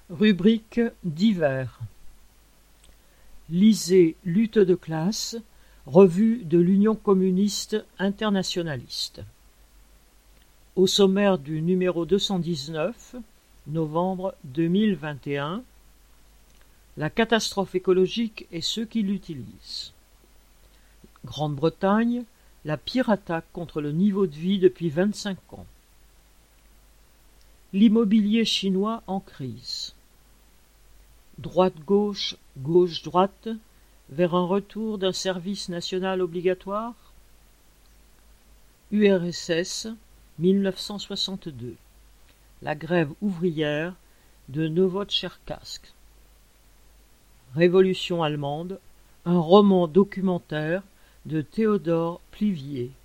Rubrique divers. Lisez Lutte de classe, revue de l'Union communiste internationaliste. Au sommaire du numéro 219, novembre 2021, la catastrophe écologique et ceux qui l'utilisent. Grande-Bretagne, la pire attaque contre le niveau de vie depuis 25 ans. L'immobilier chinois en crise. Droite-gauche, gauche-droite, vers un retour d'un service national obligatoire. URSS, 1962. La grève ouvrière de Novotcherkassk. Révolution allemande, un roman documentaire de Théodore Plivier.